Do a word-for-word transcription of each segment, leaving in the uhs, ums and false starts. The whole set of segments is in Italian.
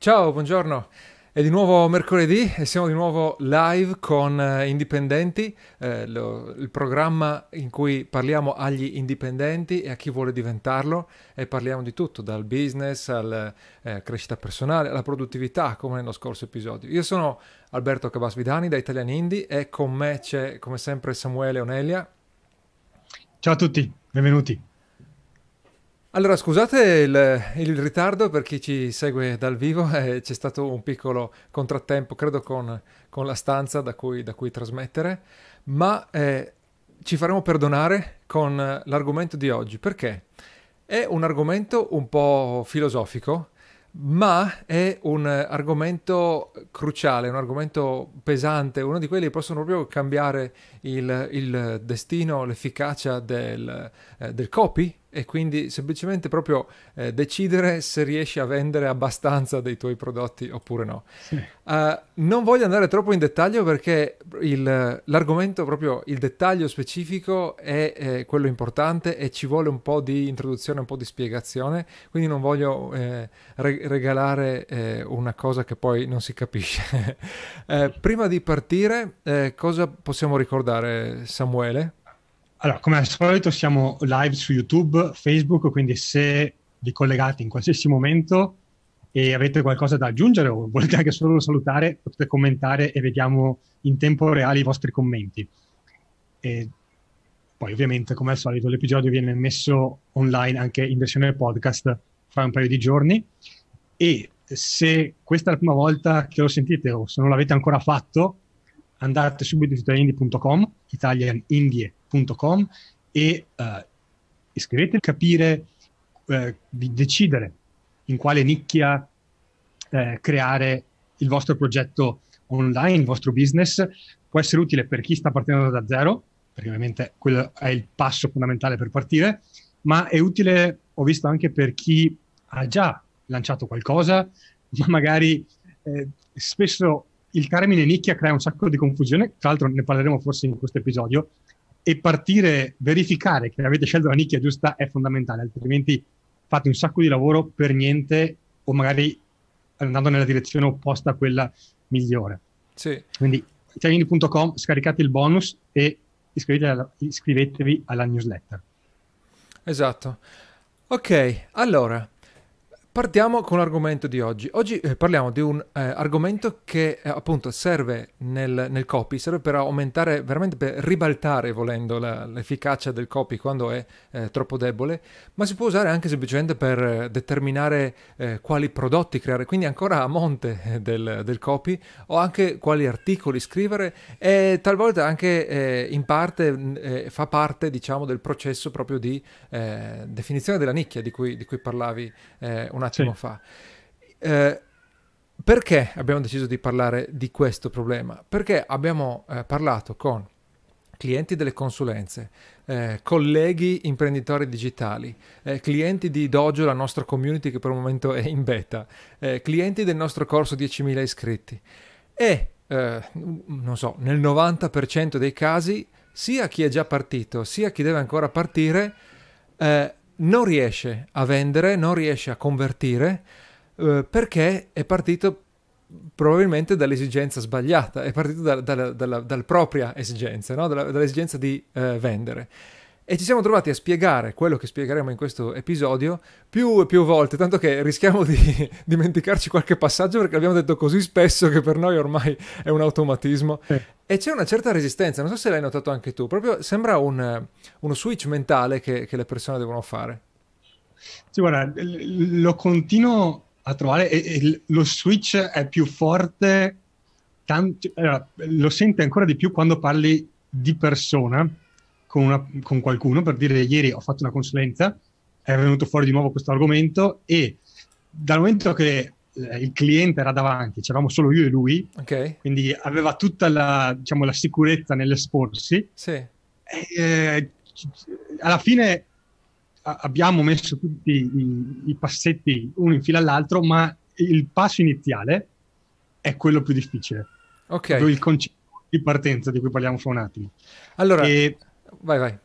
Ciao, buongiorno. È di nuovo mercoledì e siamo di nuovo live con eh, Indipendenti, eh, lo- il programma in cui parliamo agli indipendenti e a chi vuole diventarlo e parliamo di tutto, dal business alla crescita personale, alla produttività, come nello scorso episodio. Io sono Alberto Cabasvidani da Italian Indie e con me c'è come sempre Samuele Onelia. Ciao a tutti, benvenuti. Allora, scusate il, il ritardo per chi ci segue dal vivo, eh, c'è stato un piccolo contrattempo, credo, con, con la stanza da cui, da cui trasmettere, ma eh, ci faremo perdonare con eh, l'argomento di oggi, perché è un argomento un po' filosofico, ma è un eh, argomento cruciale, un argomento pesante, uno di quelli che possono proprio cambiare il, il destino, l'efficacia del, eh, del copy e quindi semplicemente proprio eh, decidere se riesci a vendere abbastanza dei tuoi prodotti oppure no. Sì. Uh, non voglio andare troppo in dettaglio perché il- l'argomento, proprio il dettaglio specifico, è, eh, quello importante e ci vuole un po' di introduzione, un po' di spiegazione, quindi non voglio eh, re- regalare eh, una cosa che poi non si capisce. Eh, prima di partire, eh, cosa possiamo ricordare, Samuele? Allora, come al solito siamo live su YouTube, Facebook, quindi se vi collegate in qualsiasi momento e avete qualcosa da aggiungere o volete anche solo salutare, potete commentare e vediamo in tempo reale i vostri commenti. E poi ovviamente, come al solito, l'episodio viene messo online anche in versione podcast fra un paio di giorni. E se questa è la prima volta che lo sentite o se non l'avete ancora fatto, andate subito su italianindie punto com, italianindie punto com e eh, iscrivetevi, capire, eh, di decidere in quale nicchia eh, creare il vostro progetto online, il vostro business. Può essere utile per chi sta partendo da zero, perché ovviamente quello è il passo fondamentale per partire, ma è utile, ho visto, anche per chi ha già lanciato qualcosa, ma magari eh, spesso il termine nicchia crea un sacco di confusione, tra l'altro ne parleremo forse in questo episodio, e partire, verificare che avete scelto la nicchia giusta è fondamentale, altrimenti fate un sacco di lavoro per niente o magari andando nella direzione opposta a quella migliore. Sì, Quindi italiani punto com, scaricate il bonus e iscrivetevi alla, iscrivetevi alla newsletter. esatto. Ok, allora, partiamo con l'argomento di oggi. Oggi eh, parliamo di un eh, argomento che eh, appunto serve nel, nel copy, serve per aumentare, veramente per ribaltare, volendo, la- l'efficacia del copy quando è eh, troppo debole, ma si può usare anche semplicemente per eh, determinare eh, quali prodotti creare, quindi ancora a monte eh, del, del copy, o anche quali articoli scrivere e talvolta anche eh, in parte mh, eh, fa parte, diciamo, del processo proprio di eh, definizione della nicchia di cui, di cui parlavi eh, un Sì, attimo fa. Eh, perché abbiamo deciso di parlare di questo problema? Perché abbiamo eh, parlato con clienti delle consulenze, eh, colleghi imprenditori digitali, eh, clienti di Dojo, la nostra community che per il momento è in beta, eh, clienti del nostro corso diecimila iscritti e, eh, non so, nel novanta per cento dei casi, sia chi è già partito, sia chi deve ancora partire, eh, non riesce a vendere, non riesce a convertire eh, perché è partito probabilmente dall'esigenza sbagliata, è partito da, da, dalla, dalla propria esigenza, no? Dalla, dall'esigenza di eh, vendere. E ci siamo trovati a spiegare quello che spiegheremo in questo episodio più e più volte, tanto che rischiamo di dimenticarci qualche passaggio perché l'abbiamo detto così spesso che per noi ormai è un automatismo. sì. E c'è una certa resistenza, non so se l'hai notato anche tu, proprio sembra un, uno switch mentale che, che le persone devono fare. Sì, guarda, l- lo continuo a trovare e, e lo switch è più forte, tan- allora, lo sente ancora di più quando parli di persona con, una- con qualcuno, per dire ieri ho fatto una consulenza, è venuto fuori di nuovo questo argomento e dal momento che eh, il cliente era davanti, c'eravamo solo io e lui, Ok? quindi aveva tutta la, diciamo, la sicurezza nell'esporsi, Sì, eh, alla fine a- abbiamo messo tutti i, i passetti uno in fila all'altro, ma il passo iniziale è quello più difficile, ok. proprio il concetto di partenza di cui parliamo fra un attimo. Allora, E vai, vai.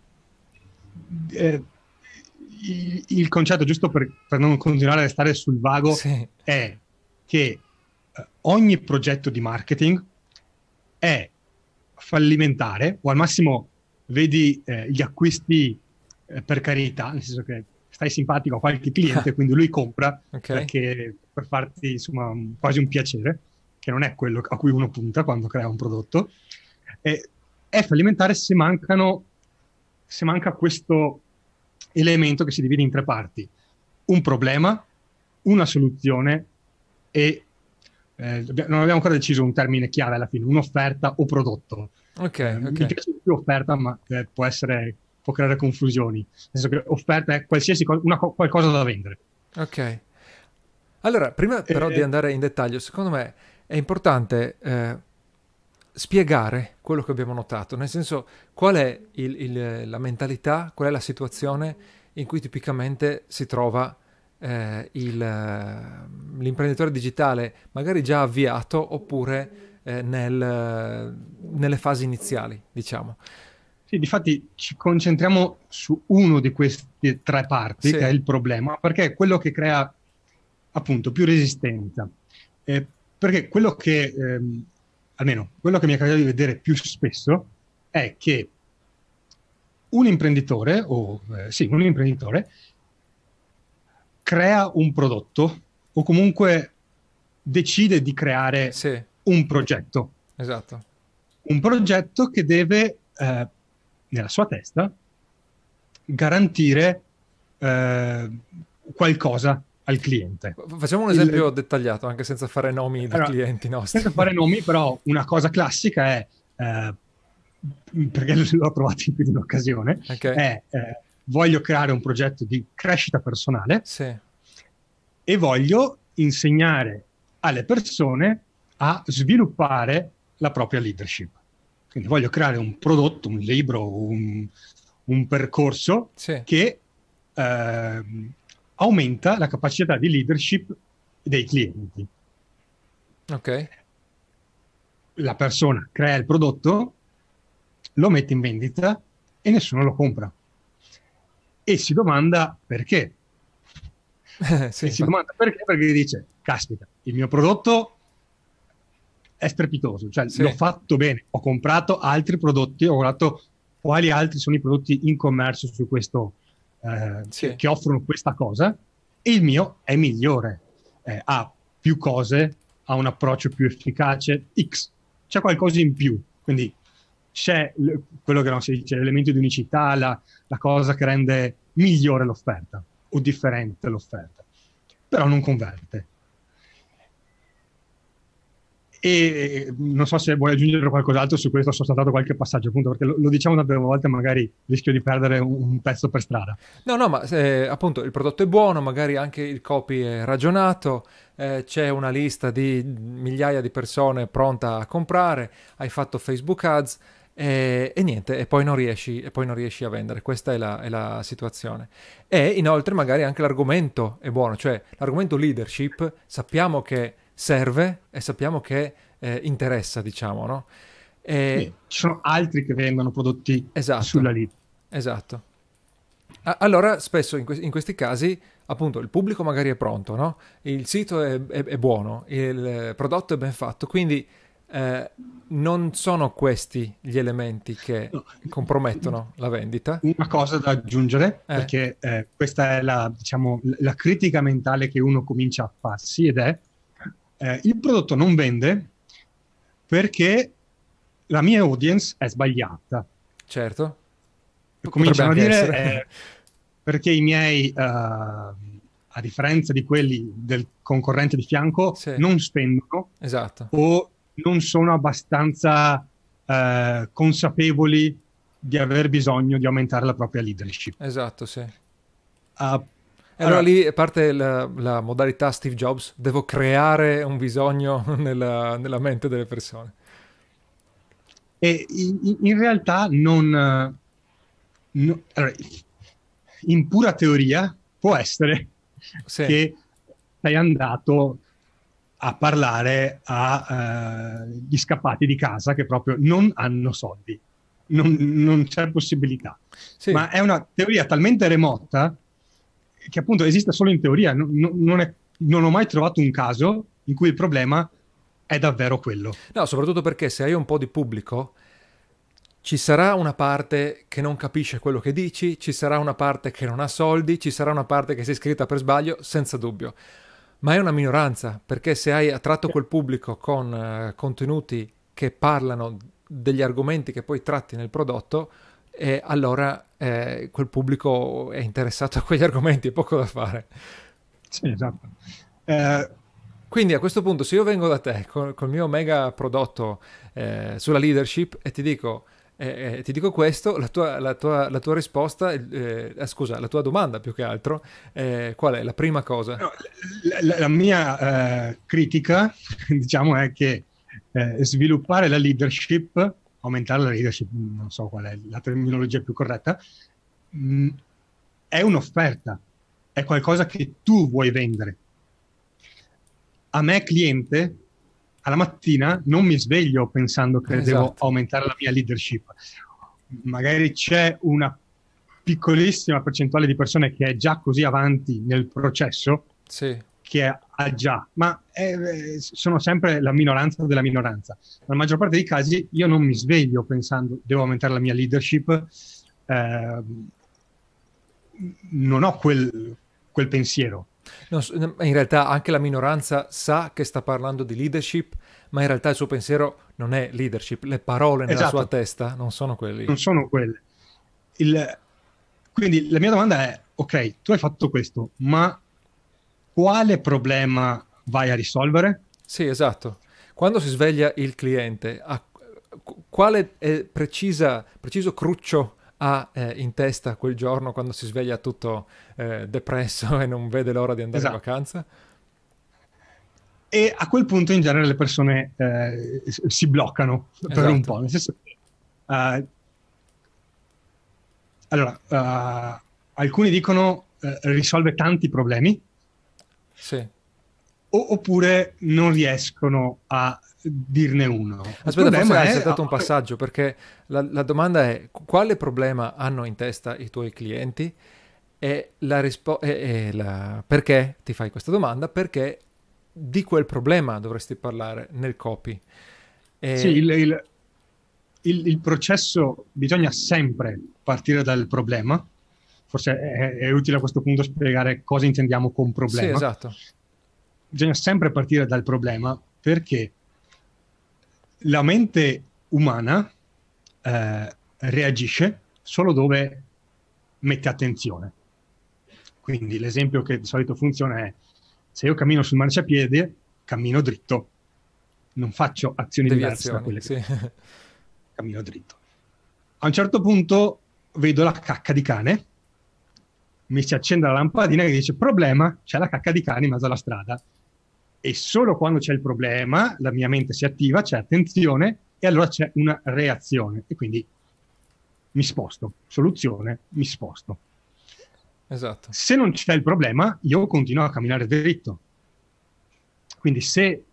eh, il, il concetto, giusto per, per non continuare a restare sul vago, Sì, è: che eh, ogni progetto di marketing è fallimentare, o al massimo vedi eh, gli acquisti eh, per carità, nel senso che stai simpatico a qualche cliente, quindi lui compra Okay. perché per farti insomma un- quasi un piacere, che non è quello a cui uno punta quando crea un prodotto. E è fallimentare se mancano, se manca questo elemento che si divide in tre parti: un problema, una soluzione e eh, dobbiamo- non abbiamo ancora deciso un termine chiave alla fine, un'offerta o prodotto. Okay, Eh, Mi okay. piace di più offerta, ma eh, può essere, può creare confusioni. Nel senso che offerta è qualsiasi cosa, una, co- qualcosa da vendere. Ok. Allora, prima però di Eh, andare in dettaglio, secondo me è importante eh, spiegare quello che abbiamo notato, nel senso qual è il- il- la mentalità, qual è la situazione in cui tipicamente si trova eh, il, eh, l'imprenditore digitale, magari già avviato oppure eh, nel- nelle fasi iniziali, diciamo. Sì, difatti ci concentriamo su uno di queste tre parti, che è Sì, il problema, perché è quello che crea appunto più resistenza. Eh, perché quello che, ehm, almeno quello che mi è capitato di vedere più spesso, è che un imprenditore, o eh, sì, un imprenditore, crea un prodotto o comunque decide di creare sì, un progetto. esatto. Un progetto che deve, eh, nella sua testa, garantire eh, qualcosa al cliente. Facciamo un esempio Il- dettagliato, anche senza fare nomi di allora, clienti nostri. senza fare nomi, però una cosa classica è, eh, perché l'ho trovato in più di un'occasione, Ok? è eh, voglio creare un progetto di crescita personale Sì, e voglio insegnare alle persone a sviluppare la propria leadership. Quindi voglio creare un prodotto, un libro, un, un percorso sì, che ehm, aumenta la capacità di leadership dei clienti. ok. La persona crea il prodotto, lo mette in vendita e nessuno lo compra. E si domanda perché. Sì, E si infatti. domanda perché, perché dice, caspita, il mio prodotto è strepitoso, cioè l'ho Sì, fatto bene, ho comprato altri prodotti, ho guardato quali altri sono i prodotti in commercio su questo, eh, che, sì, che offrono questa cosa, e il mio è migliore, eh, ha più cose, ha un approccio più efficace, X, c'è qualcosa in più, quindi c'è l- quello che non si dice, l'elemento di unicità, la, la cosa che rende migliore l'offerta o differente l'offerta, però non converte. E non so se vuoi aggiungere qualcos'altro su questo, sono saltato qualche passaggio, appunto, perché lo, lo diciamo tante volte, magari rischio di perdere un, un pezzo per strada. no, no, ma se, appunto il prodotto è buono, magari anche il copy è ragionato, eh, c'è una lista di migliaia di persone pronta a comprare, hai fatto Facebook Ads e, e niente, e poi non riesci, e poi non riesci a vendere. Questa è la, è la situazione. E inoltre magari anche l'argomento è buono, cioè l'argomento leadership sappiamo che serve e sappiamo che eh, interessa, diciamo, no? Sì, E, ci sono altri che vendono prodotti sulla esatto, lista. esatto. A- Allora, spesso in, que- in questi casi, appunto, il pubblico magari è pronto, no? Il sito è, è- è buono, il eh, prodotto è ben fatto, quindi eh, non sono questi gli elementi che No, compromettono la vendita. una cosa da aggiungere, Eh, perché eh, questa è la, diciamo, la critica mentale che uno comincia a farsi, ed è eh, il prodotto non vende perché la mia audience è sbagliata. certo, P- potrebbe Cominciano a anche dire essere. eh, perché i miei, eh, a differenza di quelli del concorrente di fianco, Sì, non spendono esatto, o non sono abbastanza eh, consapevoli di aver bisogno di aumentare la propria leadership. esatto, sì. Uh, E allora allora, lì parte la, la modalità Steve Jobs, devo creare un bisogno nella, nella mente delle persone. e in, in realtà non, eh, no- allora, in pura teoria può essere Sì, che sei andato a parlare agli scappati di casa che proprio non hanno soldi, non, non c'è possibilità. sì, Ma è una teoria talmente remota che appunto esiste solo in teoria. Non, non è- non ho mai trovato un caso in cui il problema è davvero quello. No, soprattutto perché se hai un po' di pubblico, ci sarà una parte che non capisce quello che dici, ci sarà una parte che non ha soldi, ci sarà una parte che si è iscritta per sbaglio, senza dubbio. Ma è una minoranza, perché se hai attratto quel pubblico con eh, contenuti che parlano degli argomenti che poi tratti nel prodotto, eh, allora eh, quel pubblico è interessato a quegli argomenti, è poco da fare. Sì, esatto. Eh, Quindi a questo punto, se io vengo da te con, col mio mega prodotto eh, sulla leadership e ti dico, eh, eh, ti dico questo, la tua, la tua, la tua risposta, eh, eh, scusa, la tua domanda più che altro, eh, qual è la prima cosa? no, la, la- la mia eh, critica, diciamo, è che eh, sviluppare la leadership, aumentare la leadership, non so qual è la terminologia più corretta, mh, è un'offerta, è qualcosa che tu vuoi vendere. A me cliente, alla mattina non mi sveglio pensando che devo Esatto, aumentare la mia leadership. Magari c'è una piccolissima percentuale di persone che è già così avanti nel processo sì. che ha già, ma è- sono sempre la minoranza della minoranza. Nella maggior parte dei casi io non mi sveglio pensando devo aumentare la mia leadership, eh, non ho quel, quel pensiero. Non so- in realtà anche la minoranza sa che sta parlando di leadership, ma in realtà il suo pensiero non è leadership, le parole nella sua Esatto, testa non sono quelle lì. non sono quelle. Il- quindi la mia domanda è, ok, tu hai fatto questo, ma quale problema vai a risolvere? Sì, esatto. Quando si sveglia il cliente, a- quale eh, precisa, preciso cruccio ha eh, in testa quel giorno quando si sveglia tutto eh, depresso e non vede l'ora di andare in Esatto. vacanza? E a quel punto in genere le persone eh, si bloccano per un Esatto, po'. Nel senso che, eh, allora, eh, alcuni dicono eh, risolve tanti problemi, sì. o- oppure non riescono a dirne uno. Il Aspetta, forse problema hai è... saltato un passaggio perché la, la domanda è quale problema hanno in testa i tuoi clienti e la risposta perché ti fai questa domanda? Perché di quel problema dovresti parlare nel copy. Sì, E, il, il- il- il processo bisogna sempre partire dal problema. Forse è, è utile a questo punto spiegare cosa intendiamo con sì, problema. esatto. Bisogna sempre partire dal problema perché la mente umana eh, reagisce solo dove mette attenzione. Quindi l'esempio che di solito funziona è se io cammino sul marciapiede, cammino dritto, non faccio azioni diverse da Deviazioni, quelle che sì. faccio, cammino dritto. A un certo punto vedo la cacca di cane, mi si accende la lampadina che dice problema, c'è la cacca di cane in mezzo alla strada. E solo quando c'è il problema la mia mente si attiva, c'è attenzione e allora c'è una reazione e quindi mi sposto. Soluzione, mi sposto. Esatto. Se non c'è il problema, io continuo a camminare dritto. Quindi se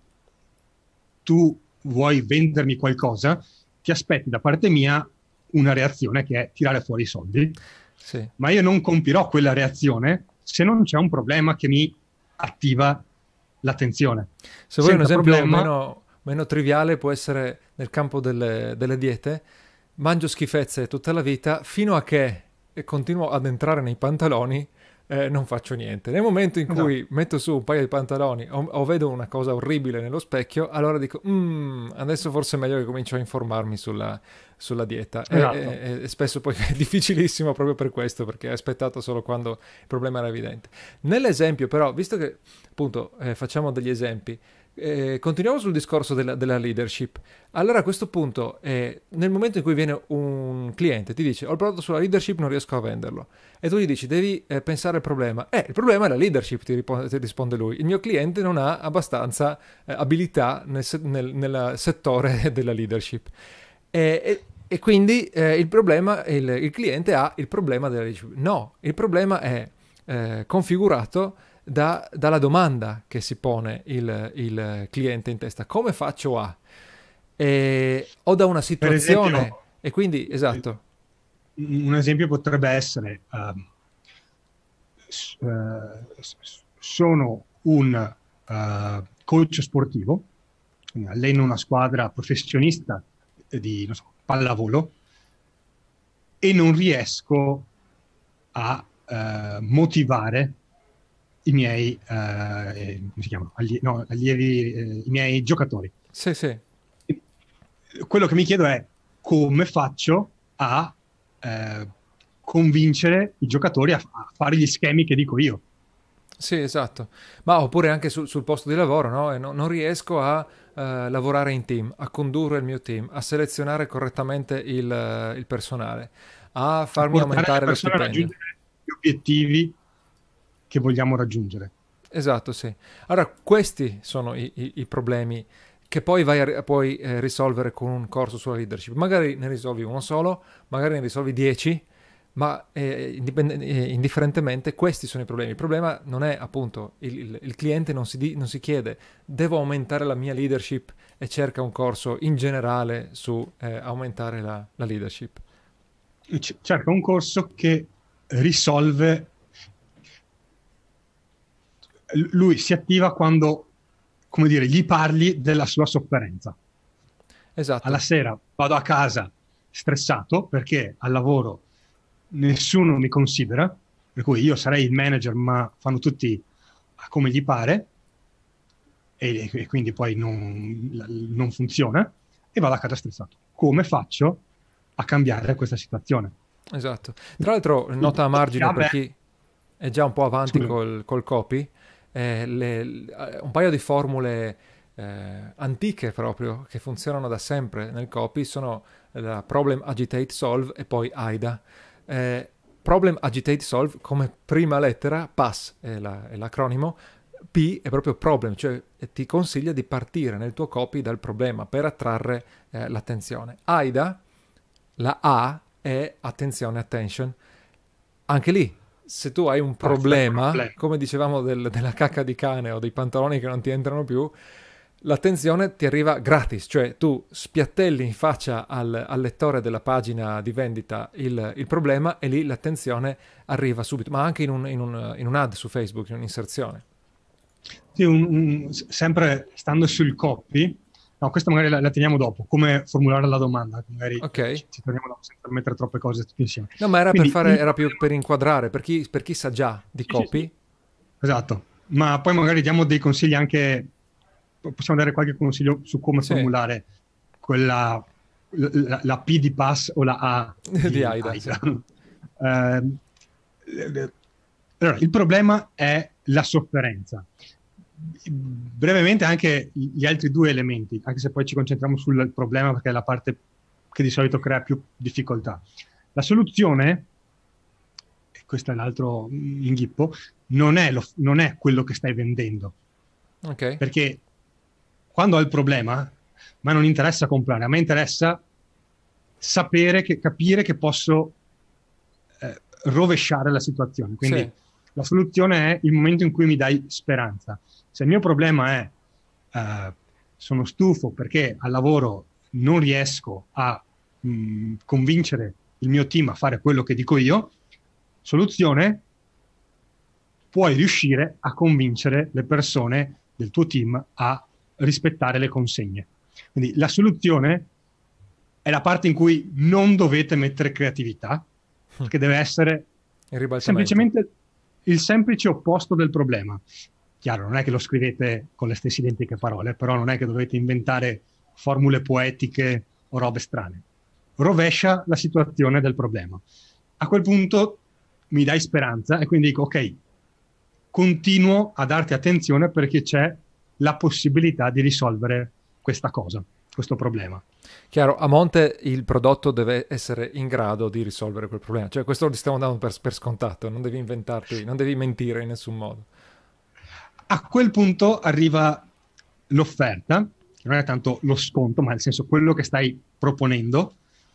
tu vuoi vendermi qualcosa, ti aspetti da parte mia una reazione che è tirare fuori i soldi, Sì. ma io non compirò quella reazione se non c'è un problema che mi attiva l'attenzione. Se vuoi un Senza esempio problema, meno, meno triviale, può essere nel campo delle, delle diete. Mangio schifezze tutta la vita fino a che continuo ad entrare nei pantaloni, eh, non faccio niente. Nel momento in esatto, cui metto su un paio di pantaloni o, o vedo una cosa orribile nello specchio, allora dico, "Mm, adesso forse è meglio che comincio a informarmi sulla, sulla dieta." E, esatto. e- e spesso poi è difficilissimo proprio per questo, perché hai aspettato solo quando il problema era evidente. Nell'esempio però, visto che appunto eh, facciamo degli esempi, eh, continuiamo sul discorso della, della leadership. Allora a questo punto, eh, nel momento in cui viene un cliente, ti dice ho il prodotto sulla leadership, non riesco a venderlo, e tu gli dici devi eh, pensare al problema. Eh, il problema è la leadership, ti, ripo- ti risponde lui. Il mio cliente non ha abbastanza eh, abilità nel, se- nel- nel settore della leadership. E, e- e quindi eh, il problema, il, il cliente ha il problema della leadership. No, il problema è eh, configurato da- dalla domanda che si pone il, il cliente in testa. Come faccio a? E- o da una Per situazione, esempio, e quindi, esatto, un esempio potrebbe essere um, s- uh, s- sono un uh, coach sportivo, quindi alleno una squadra professionista di, non so, pallavolo, e non riesco a eh, motivare i miei, eh, come si chiamano? Allie- no, allievi, eh, i miei giocatori. Sì, sì. Quello che mi chiedo è come faccio a eh, convincere i giocatori a, a fare gli schemi che dico io. Sì, esatto. Ma oppure anche sul, sul posto di lavoro, no? E no- non riesco a eh, lavorare in team, a condurre il mio team, a selezionare correttamente il, eh, il personale, a A farmi portare le aumentare lo persone a stipendio. raggiungere gli obiettivi che vogliamo raggiungere. Esatto, sì. Allora, questi sono i, i- i problemi che poi vai a, ri- puoi eh, risolvere con un corso sulla leadership. Magari ne risolvi uno solo, magari ne risolvi dieci, ma eh, indipende- eh, indifferentemente questi sono i problemi. Il problema non è appunto il, il- il cliente non si, di- non si chiede devo aumentare la mia leadership e cerca un corso in generale su eh, aumentare la, la leadership. C- cerca un corso che risolve. Lui si attiva quando, come dire, gli parli della sua sofferenza. Alla Esatto, sera vado a casa stressato perché al lavoro nessuno mi considera, per cui io sarei il manager, ma fanno tutti come gli pare, e, e quindi poi non, non funziona, e vado a casa stressato. Come faccio a cambiare questa situazione? esatto. Tra l'altro, Il nota a punto margine per chiave è, chi è già un po' avanti scusa, col, col copy, eh, le- le- un paio di formule eh, antiche proprio che funzionano da sempre nel copy sono la Problem Agitate Solve e poi AIDA. Eh, Problem Agitate Solve come prima lettera, PAS è, la- è l'acronimo, P è proprio problem, cioè ti consiglia di partire nel tuo copy dal problema per attrarre eh, l'attenzione. AIDA, la A è attenzione, attention. Anche lì, se tu hai un basta il problema, problema. come dicevamo del- della cacca di cane o dei pantaloni che non ti entrano più, l'attenzione ti arriva gratis, cioè tu spiattelli in faccia al, al lettore della pagina di vendita il, il problema e lì l'attenzione arriva subito, ma anche in un, in un, in un ad su Facebook, in un'inserzione. Sì, un- un- sempre stando sul copy, no, questa magari la, la teniamo dopo, come formulare la domanda, magari Ok? ci, ci torniamo dopo senza mettere troppe cose tutte insieme. No, ma era per Quindi fare, il era più problema. per inquadrare, per chi, per chi sa già di Sì, sì, sì, copy. esatto, ma poi magari diamo dei consigli anche, possiamo dare qualche consiglio su come Sì, formulare quella, la, la P di pass o la A di di AIDA, sì. AIDA. Ehm, allora, il problema è la sofferenza. Brevemente anche gli altri due elementi, anche se poi ci concentriamo sul problema perché è la parte che di solito crea più difficoltà. La soluzione, e questo è l'altro inghippo, non è, lo- non è quello che stai vendendo. Ok, Perché quando ho il problema, a me non interessa comprare, a me interessa sapere, che, capire che posso eh, rovesciare la situazione. Quindi sì, la soluzione è il momento in cui mi dai speranza. Se il mio problema è eh, sono stufo perché al lavoro non riesco a mh, convincere il mio team a fare quello che dico io, soluzione, puoi riuscire a convincere le persone del tuo team a rispettare le consegne. Quindi la soluzione è la parte in cui non dovete mettere creatività, perché deve essere il ribaltamento. semplicemente il semplice opposto del problema. Chiaro, non è che lo scrivete con le stesse identiche parole, però non è che dovete inventare formule poetiche o robe strane. Rovescia la situazione del problema. A quel punto mi dai speranza e quindi dico, ok, continuo a darti attenzione perché c'è la possibilità di risolvere questa cosa, questo problema. Chiaro, a monte il prodotto deve essere in grado di risolvere quel problema. Cioè, questo lo stiamo dando per, per scontato, non devi inventarti, non devi mentire in nessun modo. A quel punto arriva l'offerta, che non è tanto lo sconto, ma nel senso quello che stai proponendo,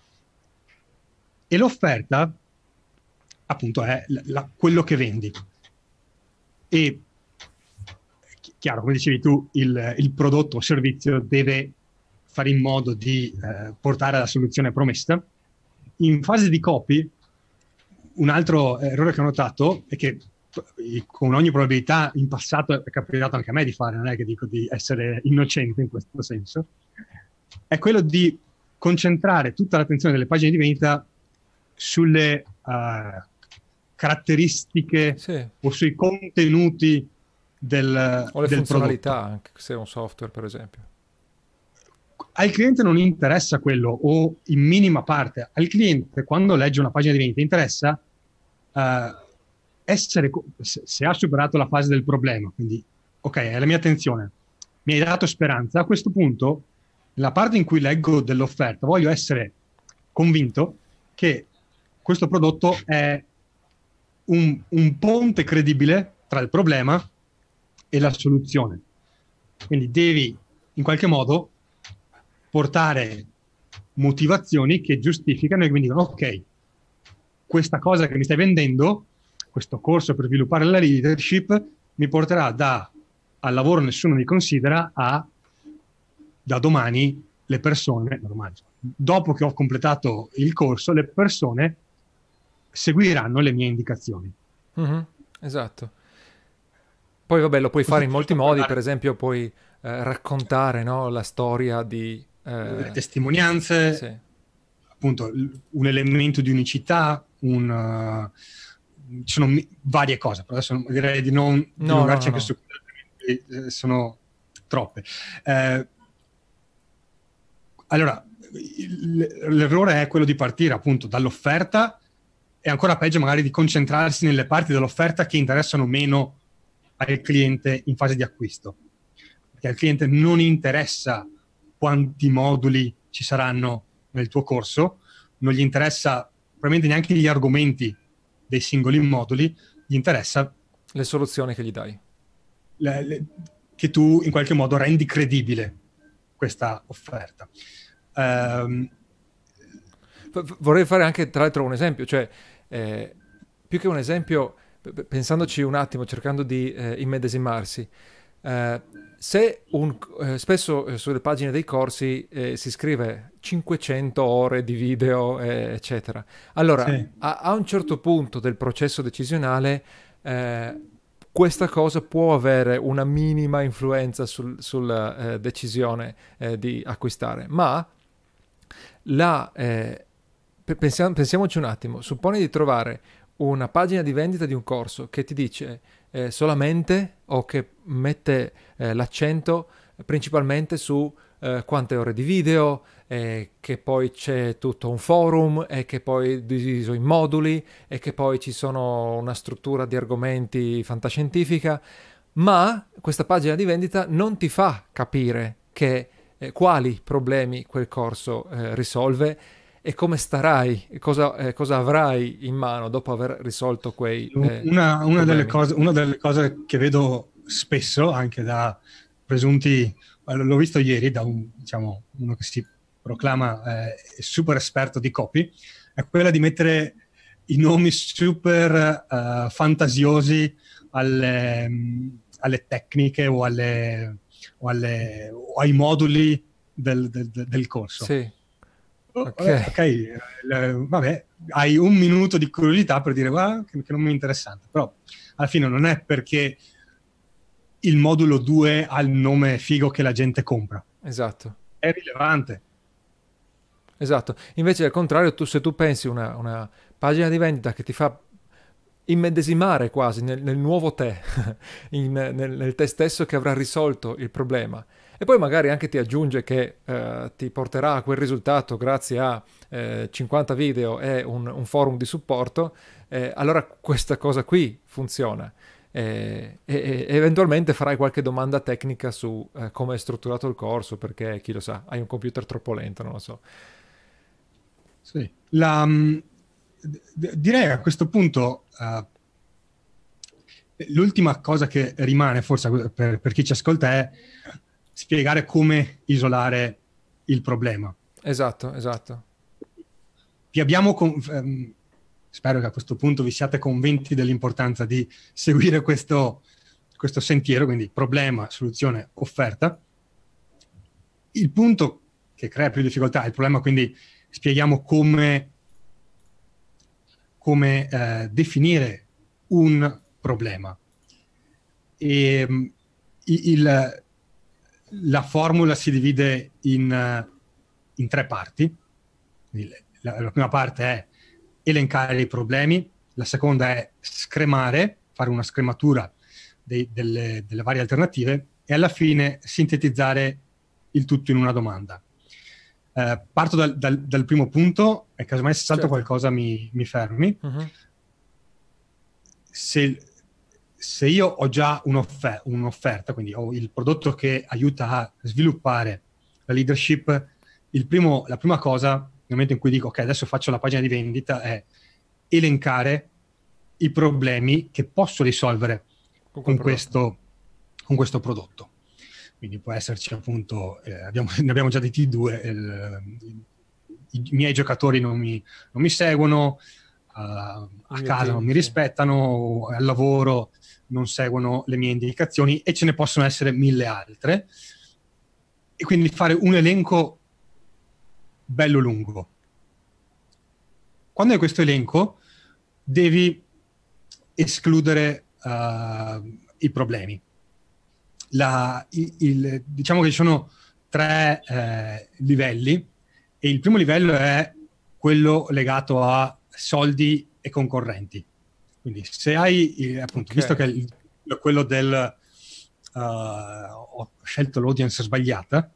e l'offerta appunto è la, la, quello che vendi. E chiaro, come dicevi tu, il, il prodotto o servizio deve fare in modo di eh, portare alla soluzione promessa. In fase di copy, un altro errore che ho notato è che con ogni probabilità in passato è capitato anche a me di fare, non è che dico di essere innocente in questo senso, è quello di concentrare tutta l'attenzione delle pagine di vendita sulle uh, caratteristiche Sì. o sui contenuti del, O le del funzionalità, prodotto. anche se è un software, per esempio. Al cliente non interessa quello, o in minima parte. Al cliente, quando legge una pagina di vendita, interessa uh, essere, se, se ha superato la fase del problema, quindi, ok, è la mia attenzione, mi hai dato speranza, a questo punto, nella parte in cui leggo dell'offerta, voglio essere convinto che questo prodotto è un, un ponte credibile tra il problema e la soluzione. Quindi devi, in qualche modo, portare motivazioni che giustificano e quindi dicono, ok, questa cosa che mi stai vendendo, questo corso per sviluppare la leadership, mi porterà da al lavoro nessuno mi considera a da domani le persone, domani, dopo che ho completato il corso, le persone seguiranno le mie indicazioni. Mm-hmm, esatto. Poi vabbè, lo puoi Questo fare in molti giusto per modi, dare per esempio puoi eh, raccontare, no, la storia di... delle eh, testimonianze, sì. appunto un elemento di unicità, un, uh, ci sono mi- varie cose, però adesso direi di non No, no, dilungarci no, anche no. su quello, sono troppe. Eh, allora, il- l'errore è quello di partire appunto dall'offerta e ancora peggio magari di concentrarsi nelle parti dell'offerta che interessano meno al cliente in fase di acquisto. Perché al cliente non interessa quanti moduli ci saranno nel tuo corso, non gli interessa probabilmente neanche gli argomenti dei singoli moduli, gli interessa Le soluzioni che gli dai. le, le, che tu in qualche modo rendi credibile questa offerta. Um, V- vorrei fare anche, tra l'altro, un esempio, cioè, eh, più che un esempio, p- pensandoci un attimo, cercando di eh, immedesimarsi, eh, se un, eh, spesso eh, sulle pagine dei corsi eh, si scrive cinquecento ore di video, eh, eccetera. Allora, sì. a, a un certo punto del processo decisionale, eh, questa cosa può avere una minima influenza sul- sulla eh, decisione eh, di acquistare, ma la, eh, pensiamo- pensiamoci un attimo, supponi di trovare una pagina di vendita di un corso che ti dice eh, solamente o che mette eh, l'accento principalmente su eh, quante ore di video, eh, che poi c'è tutto un forum e che poi è diviso in moduli e che poi ci sono una struttura di argomenti fantascientifica, ma questa pagina di vendita non ti fa capire che, eh, quali problemi quel corso eh, risolve e come starai, cosa, eh, cosa avrai in mano dopo aver risolto quei eh, Una, una delle problemi. cose, una delle cose che vedo spesso anche da presunti, l'ho visto ieri da un, diciamo, uno che si proclama eh, super esperto di copy, è quella di mettere i nomi super uh, fantasiosi alle, um, alle tecniche o, alle, o, alle, o ai moduli del, del, del corso. Sì, Oh, vabbè, ok, ok, eh, vabbè, hai un minuto di curiosità per dire guarda che, che non mi è interessante, però alla fine non è perché il modulo due ha il nome figo che la gente compra, esatto. è rilevante. Esatto, invece al contrario, tu, se tu pensi una, una pagina di vendita che ti fa immedesimare quasi nel, nel nuovo te, in- nel, nel te stesso che avrà risolto il problema, e poi magari anche ti aggiunge che eh, ti porterà a quel risultato grazie a eh, cinquanta video e un, un forum di supporto, eh, allora questa cosa qui funziona. E, e- e eventualmente farai qualche domanda tecnica su eh, come è strutturato il corso, perché chi lo sa, hai un computer troppo lento, non lo so. Sì. La, mh, d- direi a questo punto uh, l'ultima cosa che rimane forse per, per chi ci ascolta è spiegare come isolare il problema. Esatto, esatto. Vi abbiamo con, ehm, spero che a questo punto vi siate convinti dell'importanza di seguire questo, questo sentiero, quindi problema, soluzione, offerta. Il punto che crea più difficoltà è il problema, quindi spieghiamo come, come eh, definire un problema. E mh, il, la formula si divide in, in tre parti. La, la prima parte è elencare i problemi, la seconda è scremare, fare una scrematura dei, delle, delle varie alternative, e alla fine sintetizzare il tutto in una domanda. Eh, parto dal, dal, dal primo punto e casomai se salto Certo. qualcosa mi, mi fermi. Uh-huh. Se, se io ho già un'offer- un'offerta, quindi ho il prodotto che aiuta a sviluppare la leadership, il primo, la prima cosa, nel momento in cui dico ok, adesso faccio la pagina di vendita, è elencare i problemi che posso risolvere Con, con questo, con questo prodotto. Quindi può esserci appunto, eh, abbiamo, ne abbiamo già detti due, il, i, i miei giocatori non mi, non mi seguono, uh, a casa team, non mi sì. rispettano, al lavoro non seguono le mie indicazioni, e ce ne possono essere mille altre. E quindi fare un elenco bello lungo. Quando hai questo elenco devi escludere uh, i problemi. La, il, il, diciamo che ci sono tre eh, livelli, e il primo livello è quello legato a soldi e concorrenti. Quindi se hai, eh, appunto, okay. visto che il, quello del uh, ho scelto l'audience sbagliata,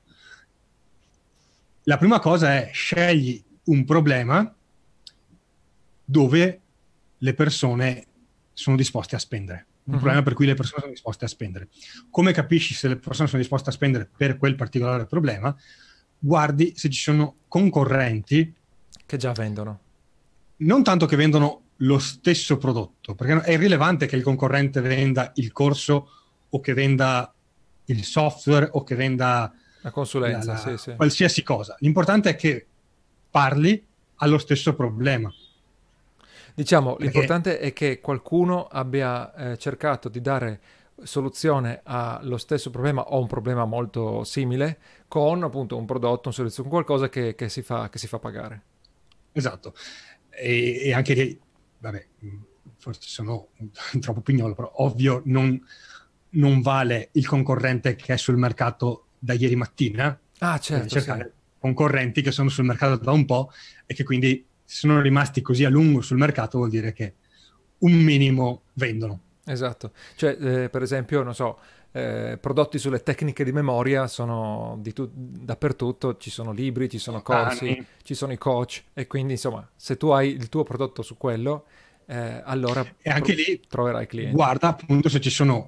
la prima cosa è scegli un problema dove le persone sono disposte a spendere. Un uh-huh. problema per cui le persone sono disposte a spendere. Come capisci se le persone sono disposte a spendere per quel particolare problema? Guardi se ci sono concorrenti che già vendono. Non tanto che vendono lo stesso prodotto, perché è irrilevante che il concorrente venda il corso o che venda il software o che venda la consulenza, la, la, sì, sì. qualsiasi cosa. L'importante è che parli allo stesso problema. Diciamo, Perché... l'importante è che qualcuno abbia eh, cercato di dare soluzione allo stesso problema o un problema molto simile con appunto un prodotto, un servizio, con qualcosa che, che, si fa, che si fa pagare. Esatto. E, e anche lì, vabbè, forse sono troppo pignolo, però ovvio non, non vale il concorrente che è sul mercato da ieri mattina. Ah, certo, cercare sì. concorrenti che sono sul mercato da un po' e che quindi sono rimasti così a lungo sul mercato, vuol dire che un minimo vendono. Esatto, cioè eh, per esempio, non so, eh, prodotti sulle tecniche di memoria sono di tu- dappertutto, ci sono libri, ci sono corsi, Anni. ci sono i coach, e quindi insomma, se tu hai il tuo prodotto su quello, eh, allora e anche pro- lì troverai clienti. Guarda appunto se ci sono.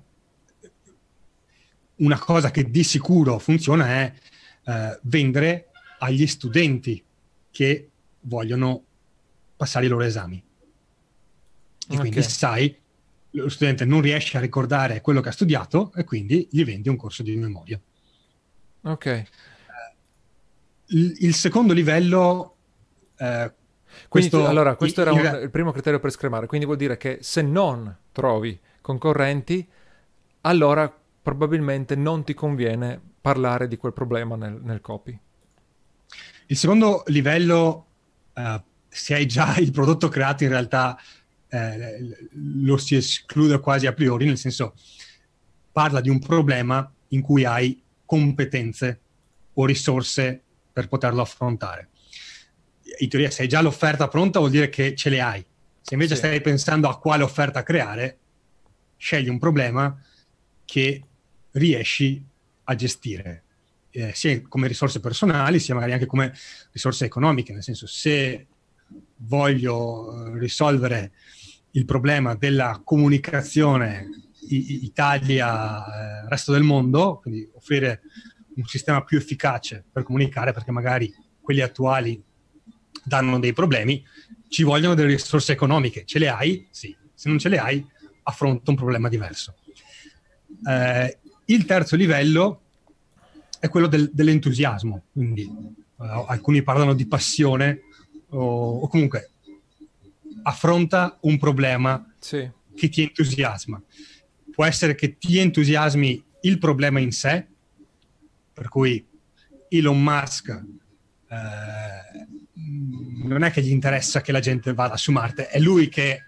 Una cosa che di sicuro funziona è eh, vendere agli studenti che vogliono passare i loro esami. E Okay. quindi sai, lo studente non riesce a ricordare quello che ha studiato e quindi gli vendi un corso di memoria. Ok. Il, il secondo livello... Eh, quindi questo, tu, allora, questo il, era il, un, il primo criterio per scremare, quindi vuol dire che se non trovi concorrenti, allora probabilmente non ti conviene parlare di quel problema nel, nel copy. Il secondo livello, uh, se hai già il prodotto creato, in realtà eh, lo si esclude quasi a priori, nel senso parla di un problema in cui hai competenze o risorse per poterlo affrontare. In teoria, se hai già l'offerta pronta vuol dire che ce le hai. Se invece sì. stai pensando a quale offerta creare, scegli un problema che riesci a gestire. Eh, sia come risorse personali, sia magari anche come risorse economiche, nel senso, se voglio risolvere il problema della comunicazione Italia, eh, resto del mondo, quindi offrire un sistema più efficace per comunicare, perché magari quelli attuali danno dei problemi, ci vogliono delle risorse economiche. Ce le hai? Sì. Se non ce le hai, affronta un problema diverso. Eh, il terzo livello è quello del, dell'entusiasmo, quindi uh, alcuni parlano di passione o, o comunque affronta un problema sì. che ti entusiasma. Può essere che ti entusiasmi il problema in sé, per cui Elon Musk eh, non è che gli interessa che la gente vada su Marte, è lui che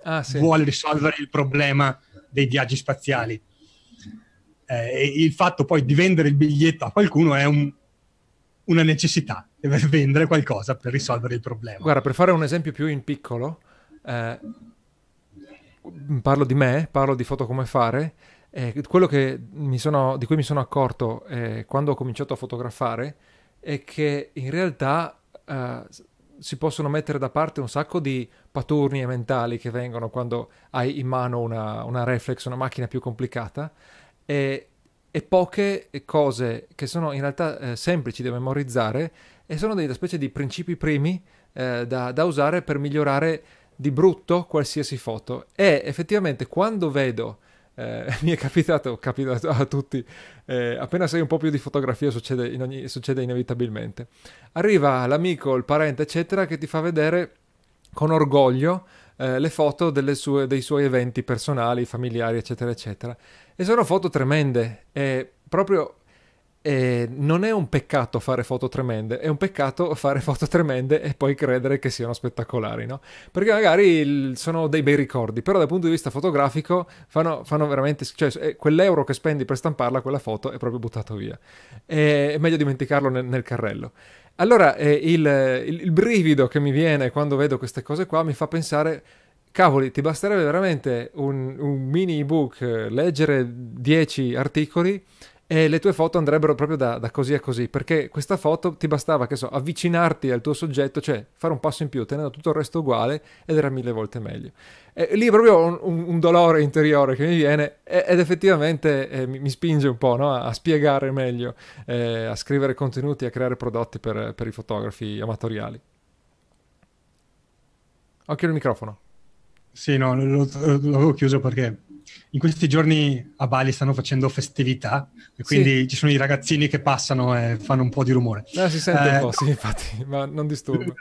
Ah, sì. vuole risolvere il problema dei viaggi spaziali. Eh, e il fatto poi di vendere il biglietto a qualcuno è un, una necessità, deve vendere qualcosa per risolvere il problema. Guarda, per fare un esempio più in piccolo, eh, parlo di me, parlo di foto come fare, eh, quello che mi sono, di cui mi sono accorto eh, quando ho cominciato a fotografare è che in realtà eh, si possono mettere da parte un sacco di paturnie mentali che vengono quando hai in mano una, una reflex, una macchina più complicata, e, e poche cose che sono in realtà eh, semplici da memorizzare e sono delle specie di principi primi eh, da, da usare per migliorare di brutto qualsiasi foto. E effettivamente quando vedo, eh, mi è capitato, capita a tutti, eh, appena sei un po' più di fotografia succede, in ogni, succede inevitabilmente, arriva l'amico, il parente eccetera che ti fa vedere con orgoglio eh, le foto delle sue, dei suoi eventi personali, familiari eccetera eccetera, e sono foto tremende, e proprio e non è un peccato fare foto tremende, è un peccato fare foto tremende e poi credere che siano spettacolari, no? Perché magari il- sono dei bei ricordi, però dal punto di vista fotografico fanno, fanno veramente, cioè eh, quell'euro che spendi per stamparla, quella foto è proprio buttato via. E- È meglio dimenticarlo nel, nel carrello. Allora, eh, il, il- il brivido che mi viene quando vedo queste cose qua mi fa pensare, cavoli, ti basterebbe veramente un, un mini ebook, eh, leggere dieci articoli e le tue foto andrebbero proprio da, da così a così, perché questa foto ti bastava, che so, avvicinarti al tuo soggetto, cioè fare un passo in più, tenendo tutto il resto uguale, ed era mille volte meglio. E lì è proprio un, un- un dolore interiore che mi viene, e- ed effettivamente eh, mi, mi spinge un po', no? A, a spiegare meglio, eh, a scrivere contenuti, a creare prodotti per, per i fotografi amatoriali. Occhio al microfono. Sì, no, lo- lo- l'avevo chiuso perché in questi giorni a Bali stanno facendo festività e Sì, quindi ci sono i ragazzini che passano e fanno un po' di rumore. eh, si sente un Eh, po', sì, infatti, ma non disturba.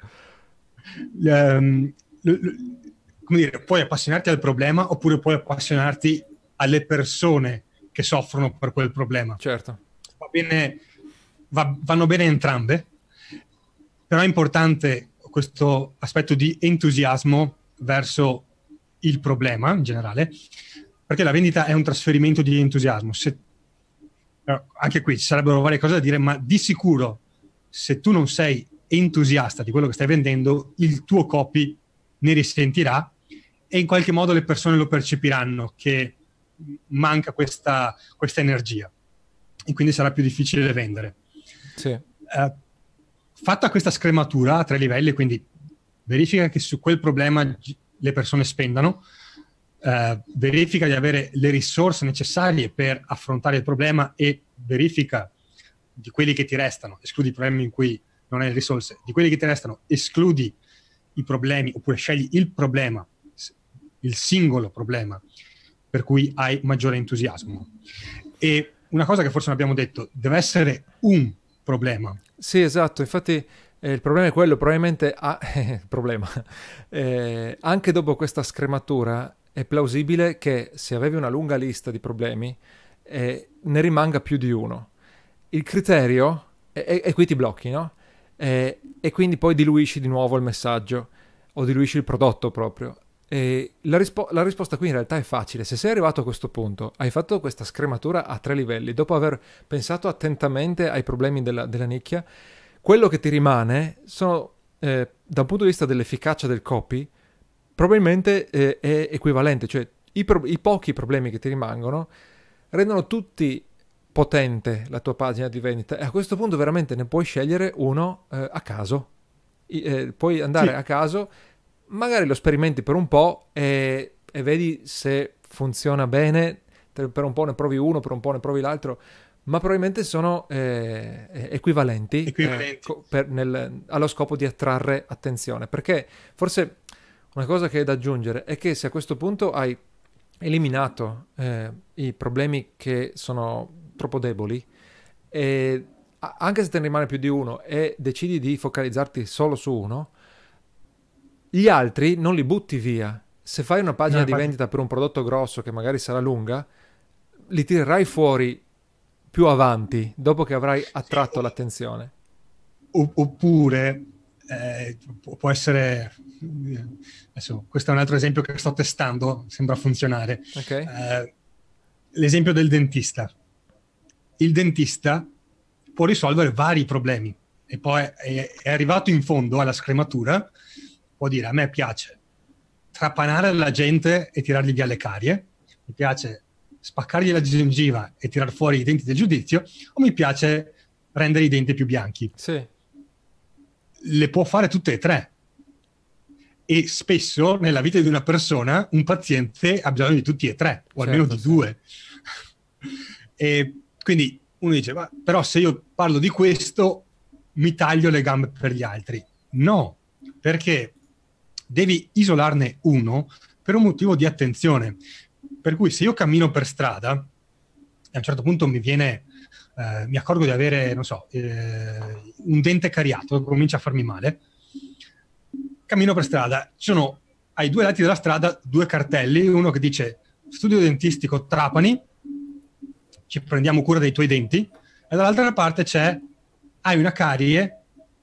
ehm, l- l- come dire, puoi appassionarti al problema oppure puoi appassionarti alle persone che soffrono per quel problema. Certo, Va bene, va- vanno bene entrambe, però è importante questo aspetto di entusiasmo verso il problema in generale, perché la vendita è un trasferimento di entusiasmo. Se, però anche qui ci sarebbero varie cose da dire, ma di sicuro se tu non sei entusiasta di quello che stai vendendo, il tuo copy ne risentirà e in qualche modo le persone lo percepiranno che manca questa, questa energia e quindi sarà più difficile vendere. sì, Eh, fatta questa scrematura a tre livelli, quindi verifica che su quel problema gi- le persone spendano, eh, verifica di avere le risorse necessarie per affrontare il problema e verifica di quelli che ti restano, escludi i problemi in cui non hai risorse, di quelli che ti restano, escludi i problemi oppure scegli il problema, s- il singolo problema per cui hai maggiore entusiasmo. E una cosa che forse non abbiamo detto, deve essere un problema. sì, esatto, infatti eh, il problema è quello, probabilmente ha, il problema, eh, anche dopo questa scrematura è plausibile che se avevi una lunga lista di problemi eh, ne rimanga più di uno. Il criterio, e, e- e qui ti blocchi, no? Eh, e quindi poi diluisci di nuovo il messaggio o diluisci il prodotto proprio. E la, rispo- la risposta qui in realtà è facile. Se sei arrivato a questo punto, hai fatto questa scrematura a tre livelli, dopo aver pensato attentamente ai problemi della, della nicchia, quello che ti rimane sono, eh, da un punto di vista dell'efficacia del copy, probabilmente eh, è equivalente, cioè i, pro- i pochi problemi che ti rimangono rendono tutti potente la tua pagina di vendita e a questo punto veramente ne puoi scegliere uno eh, a caso. I- eh, puoi andare Sì, a caso, magari lo sperimenti per un po' e, e vedi se funziona bene, te- per un po' ne provi uno, per un po' ne provi l'altro, ma probabilmente sono eh, eh, equivalenti eh, equivalenti. co- per- nel- allo scopo di attrarre attenzione. Perché forse una cosa che è da aggiungere è che se a questo punto hai eliminato eh, i problemi che sono troppo deboli, e a- anche se te ne rimane più di uno e decidi di focalizzarti solo su uno, gli altri non li butti via. Se fai una No, pagina di infatti, vendita per un prodotto grosso che magari sarà lunga, li tirerai fuori più avanti, dopo che avrai sì, attratto l'attenzione. o- oppure eh, può essere... Adesso, questo è un altro esempio che sto testando, sembra funzionare. Okay. Eh, l'esempio del dentista. Il dentista può risolvere vari problemi e poi è, è arrivato in fondo alla scrematura, può dire: a me piace trapanare la gente e tirargli via le carie, mi piace spaccargli la gengiva e tirar fuori i denti del giudizio, o mi piace rendere i denti più bianchi. Sì. Le può fare tutte e tre. E spesso nella vita di una persona un paziente ha bisogno di tutti e tre, o almeno Certo, di sì. due. E quindi uno dice: ma però se io parlo di questo mi taglio le gambe per gli altri. No, perché devi isolarne uno per un motivo di attenzione. Per cui se io cammino per strada e a un certo punto mi viene, eh, mi accorgo di avere, non so, eh, un dente cariato, comincia a farmi male, cammino per strada, ci sono ai due lati della strada due cartelli, uno che dice studio dentistico Trapani, ci prendiamo cura dei tuoi denti, e dall'altra parte c'è hai una carie,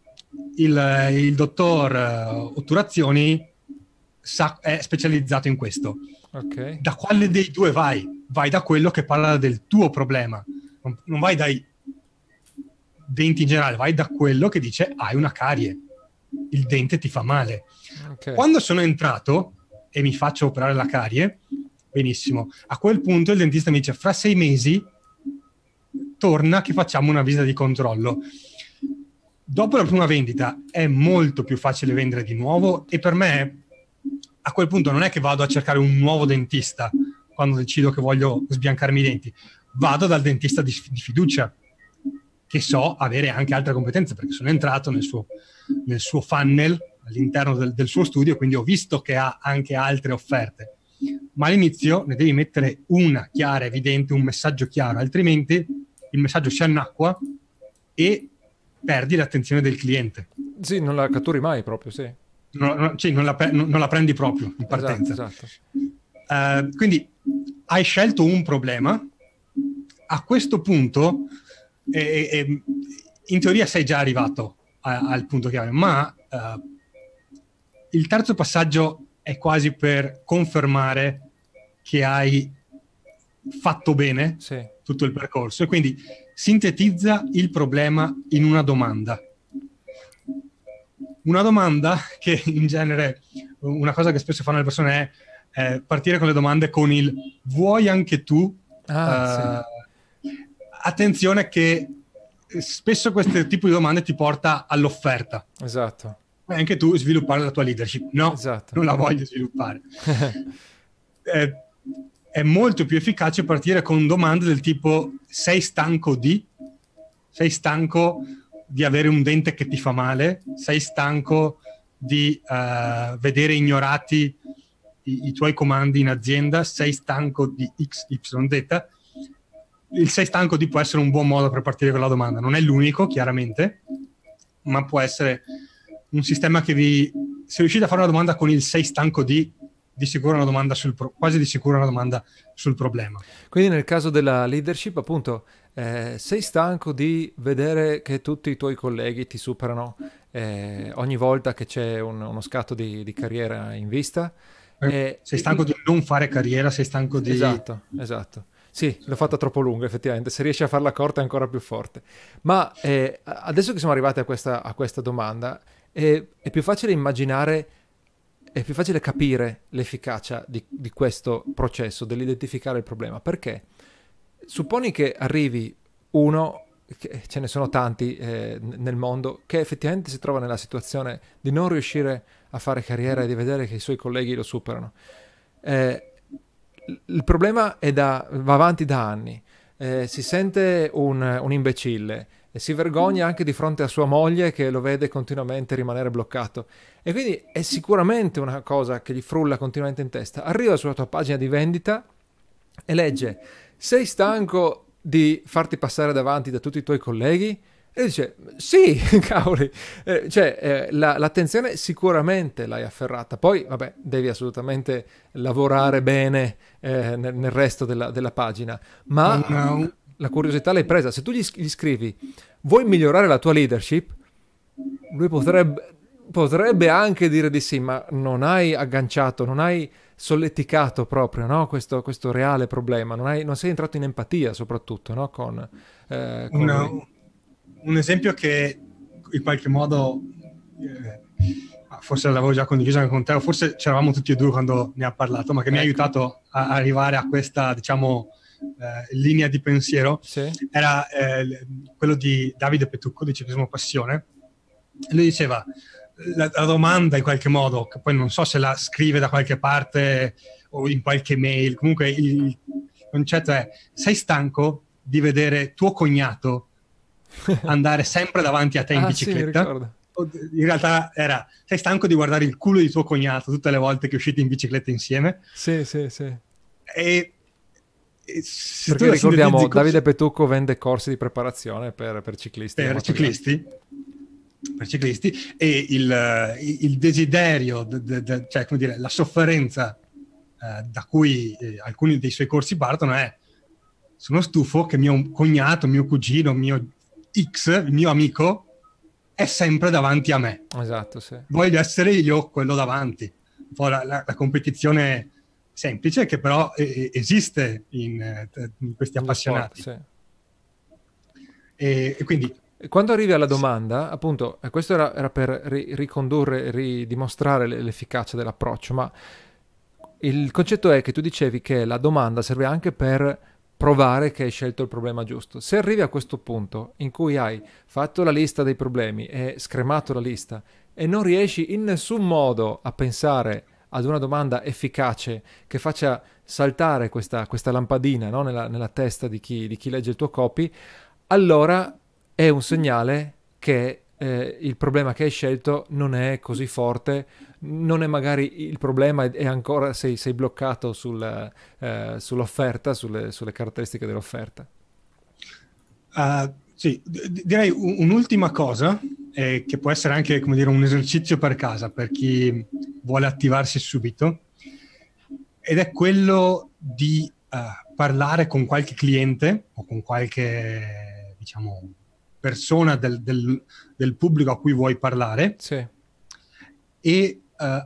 il, il dottor uh, Otturazioni sa, è specializzato in questo. Ok. Da quale dei due vai? Vai da quello che parla del tuo problema, non, non vai dai denti in generale, vai da quello che dice hai una carie, il dente ti fa male. Okay. Quando sono entrato e mi faccio operare la carie, benissimo, a quel punto il dentista mi dice fra sei mesi torna che facciamo una visita di controllo. Dopo la prima vendita è molto più facile vendere di nuovo, e per me a quel punto non è che vado a cercare un nuovo dentista quando decido che voglio sbiancarmi i denti, vado dal dentista di, di fiducia, che so avere anche altre competenze, perché sono entrato nel suo, nel suo funnel all'interno del, del suo studio, quindi ho visto che ha anche altre offerte. Ma all'inizio ne devi mettere una chiara, evidente, un messaggio chiaro, altrimenti il messaggio si annacqua e perdi l'attenzione del cliente. Sì, non la catturi mai proprio, sì. Non, non, cioè non, la, non, non la prendi proprio in partenza. Esatto, esatto. Uh, quindi hai scelto un problema, a questo punto eh, eh, in teoria sei già arrivato a, al punto chiave, ma uh, il terzo passaggio è quasi per confermare che hai fatto bene Sì. tutto il percorso, e quindi sintetizza il problema in una domanda. Una domanda che in genere, una cosa che spesso fanno le persone è eh, partire con le domande con il vuoi anche tu? Ah, uh, sì. Attenzione che spesso questo tipo di domande ti porta all'offerta. Esatto. E anche tu sviluppare la tua leadership. No, Esatto. non la voglio sviluppare. eh, è molto più efficace partire con domande del tipo sei stanco di? Sei stanco di avere un dente che ti fa male? Sei stanco di uh, vedere ignorati i, i tuoi comandi in azienda? Sei stanco di X Y Z? Il sei stanco di può essere un buon modo per partire con la domanda. Non è l'unico, chiaramente, ma può essere un sistema che vi... Se riuscite a fare una domanda con il sei stanco di, di sicuro una domanda sul pro... quasi di sicuro una domanda sul problema. Quindi nel caso della leadership, appunto, eh, sei stanco di vedere che tutti i tuoi colleghi ti superano eh, ogni volta che c'è un, uno scatto di, di carriera in vista? Eh, sei stanco di non fare carriera, sei stanco di... Esatto, esatto. Sì, l'ho fatta troppo lunga, effettivamente. Se riesci a farla corta è ancora più forte. Ma eh, adesso che siamo arrivati a questa, a questa domanda, è, è più facile immaginare, è più facile capire l'efficacia di, di questo processo, dell'identificare il problema. Perché? Supponi che arrivi uno, che ce ne sono tanti eh, nel mondo, che effettivamente si trova nella situazione di non riuscire a fare carriera e di vedere che i suoi colleghi lo superano. Eh, il problema è da, va avanti da anni, eh, si sente un, un imbecille e si vergogna anche di fronte a sua moglie che lo vede continuamente rimanere bloccato, e quindi è sicuramente una cosa che gli frulla continuamente in testa. Arriva sulla tua pagina di vendita e legge sei stanco di farti passare davanti da tutti i tuoi colleghi? E dice sì, cavoli, eh, cioè eh, la, l'attenzione sicuramente l'hai afferrata, poi vabbè devi assolutamente lavorare bene eh, nel, nel resto della, della pagina, ma Oh, no. la curiosità l'hai presa. Se tu gli, gli scrivi vuoi migliorare la tua leadership, lui potrebbe potrebbe anche dire di sì, ma non hai agganciato, non hai solleticato proprio, no? questo, questo reale problema, non, hai, non sei entrato in empatia soprattutto, no? con, eh, con Un, lui. un esempio che in qualche modo, eh, forse l'avevo già condiviso anche con te, o forse c'eravamo tutti e due quando ne ha parlato, ma che mi ha Ecco. aiutato a arrivare a questa, diciamo, eh, linea di pensiero, Sì? era eh, quello di Davide Petucco, di Ciclismo Passione. Lui diceva, la, la domanda in qualche modo, che poi non so se la scrive da qualche parte o in qualche mail, comunque il, il concetto è: sei stanco di vedere tuo cognato andare sempre davanti a te in Ah sì, mi bicicletta? ricordo. In realtà era: sei stanco di guardare il culo di tuo cognato tutte le volte che uscite in bicicletta insieme? Sì, sì, sì. E, e se tu Perché la ricordiamo, sintetizzi così, Davide Petucco vende corsi di preparazione per, per ciclisti per amatoriali. ciclisti, per ciclisti, e il, il desiderio, de, de, de, cioè come dire, la sofferenza eh, da cui eh, alcuni dei suoi corsi partono è: sono stufo che mio cognato, mio cugino, mio X, il mio amico, è sempre davanti a me. Esatto, sì. Voglio essere io quello davanti. Un po' la, la, la competizione semplice che però eh, esiste in, in questi Nello sport, appassionati. sì. E, e quindi... Quando arrivi alla domanda, appunto, eh, questo era, era per ri- ricondurre, ridimostrare l'efficacia dell'approccio, ma il concetto è che tu dicevi che la domanda serve anche per provare che hai scelto il problema giusto. Se arrivi a questo punto in cui hai fatto la lista dei problemi e scremato la lista e non riesci in nessun modo a pensare ad una domanda efficace che faccia saltare questa, questa lampadina, no? nella, nella testa di chi, di chi legge il tuo copy, allora è un segnale che eh, il problema che hai scelto non è così forte, non è magari il problema e ancora sei, sei bloccato sul, eh, sull'offerta, sulle, sulle caratteristiche dell'offerta. Uh, sì, d- direi un- un'ultima cosa, eh, che può essere anche, come dire, un esercizio per casa, per chi vuole attivarsi subito, ed è quello di uh, parlare con qualche cliente o con qualche, diciamo, persona del, del, del pubblico a cui vuoi parlare, Sì. e uh,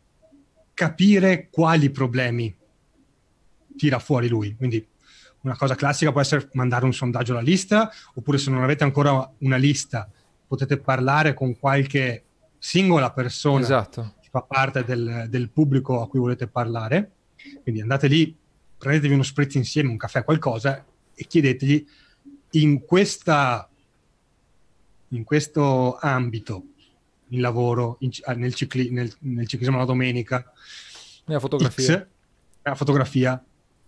capire quali problemi tira fuori lui. Quindi una cosa classica può essere mandare un sondaggio alla lista, oppure se non avete ancora una lista potete parlare con qualche singola persona Esatto. che fa parte del, del pubblico a cui volete parlare. Quindi andate lì, prendetevi uno spritz insieme, un caffè, qualcosa, e chiedetegli: in questa in questo ambito, in lavoro, in, nel, cicli, nel, nel ciclismo la domenica, Nella fotografia. X, la fotografia,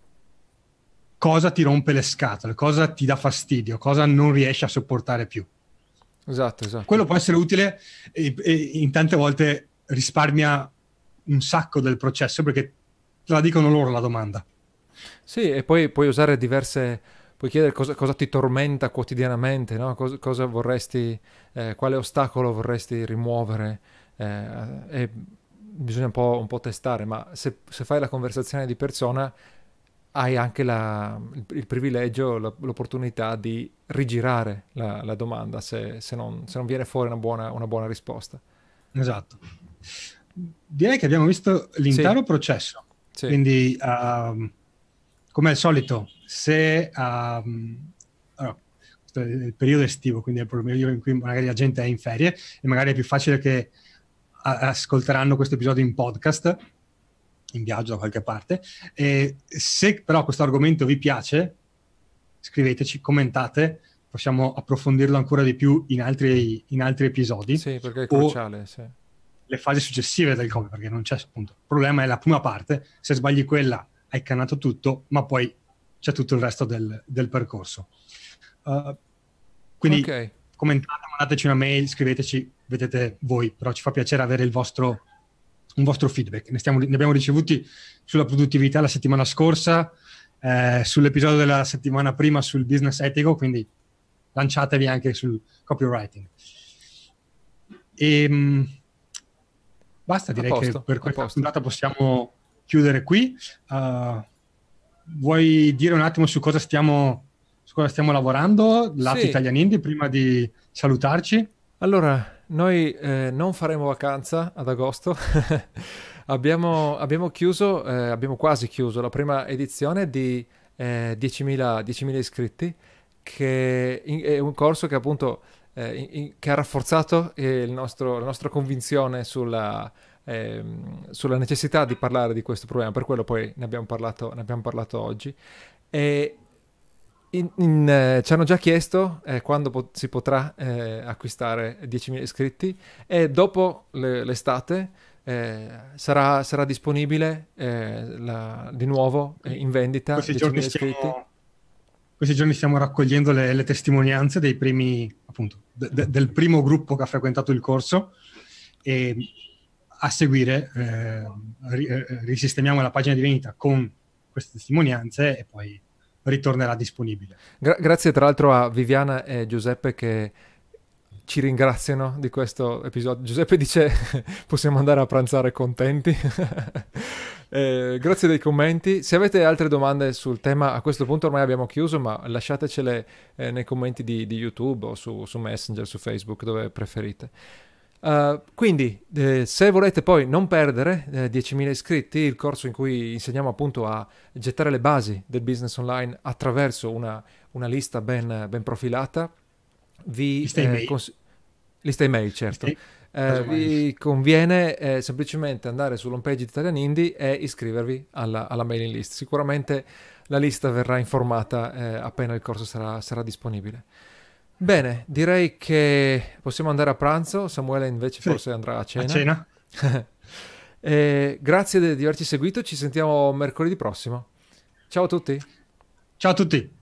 cosa ti rompe le scatole, cosa ti dà fastidio, cosa non riesci a sopportare più. Esatto, esatto. Quello può essere utile e, e in tante volte risparmia un sacco del processo, perché te la dicono loro la domanda. Sì, e poi puoi usare diverse, puoi chiedere cosa, cosa ti tormenta quotidianamente, no? Cosa, cosa vorresti, eh, quale ostacolo vorresti rimuovere, eh, e bisogna un po', un po' testare, ma se, se fai la conversazione di persona hai anche la, il, il privilegio, la- l'opportunità di rigirare la, la domanda se, se non, se non viene fuori una buona, una buona risposta. Esatto. Direi che abbiamo visto Sì, l'intero processo. sì, Quindi, um, come al solito, se um, allora, questo è il periodo estivo, quindi è il periodo in cui magari la gente è in ferie e magari è più facile che a- ascolteranno questo episodio in podcast, in viaggio da qualche parte. E se però questo argomento vi piace, scriveteci, commentate, possiamo approfondirlo ancora di più in altri, in altri episodi, sì, perché è o cruciale, sì. le fasi successive del come, perché non c'è, appunto, il problema è la prima parte. Se sbagli quella hai cannato tutto, ma poi c'è tutto il resto del, del percorso. Uh, quindi Ok, commentate, mandateci una mail, scriveteci, vedete voi, però ci fa piacere avere il vostro, un vostro feedback. Ne, stiamo, ne abbiamo ricevuti sulla produttività la settimana scorsa, eh, sull'episodio della settimana prima sul business etico, quindi lanciatevi anche sul copywriting. E mh, basta, a direi che posto, per a questa posto. puntata possiamo chiudere qui. Uh, vuoi dire un attimo su cosa stiamo, su cosa stiamo lavorando, lato Sì, Italian Indie, prima di salutarci? allora, noi eh, non faremo vacanza ad agosto. abbiamo, abbiamo chiuso, eh, abbiamo quasi chiuso la prima edizione di eh, diecimila, diecimila iscritti, che in- è un corso che appunto eh, in- in- che ha rafforzato eh, il nostro- la nostra convinzione sulla, ehm, sulla necessità di parlare di questo problema. Per quello poi ne abbiamo parlato, ne abbiamo parlato oggi. E in- in, eh, ci hanno già chiesto eh, quando po- si potrà eh, acquistare diecimila iscritti, e dopo le- l'estate eh, sarà, sarà disponibile eh, la- di nuovo eh, in vendita Questi giorni diecimila iscritti. stiamo, questi giorni stiamo raccogliendo le, le testimonianze dei primi, appunto, de- de- del primo gruppo che ha frequentato il corso, e a seguire eh, ri- eh, risistemiamo la pagina di vendita con queste testimonianze e poi ritornerà disponibile. Gra- grazie tra l'altro a Viviana e Giuseppe che ci ringraziano di questo episodio. Giuseppe dice possiamo andare a pranzare contenti. Eh, grazie dei commenti. Se avete altre domande sul tema, a questo punto ormai abbiamo chiuso, ma lasciatecele eh, nei commenti di, di YouTube o su, su Messenger, su Facebook, dove preferite. Uh, quindi, eh, se volete poi non perdere eh, diecimila iscritti, il corso in cui insegniamo appunto a gettare le basi del business online attraverso una, una lista ben, ben profilata, vi Lista eh, email. cons- lista email, certo. Lista- Eh, casomai. vi conviene eh, semplicemente andare sull'home page di Italian Indie e iscrivervi alla, alla mailing list. Sicuramente la lista verrà informata eh, appena il corso sarà, sarà disponibile. Bene, direi che possiamo andare a pranzo. Samuele invece Sì. forse andrà a A cena. cena. Eh, grazie di di averci seguito, ci sentiamo mercoledì prossimo. Ciao a tutti. Ciao a tutti.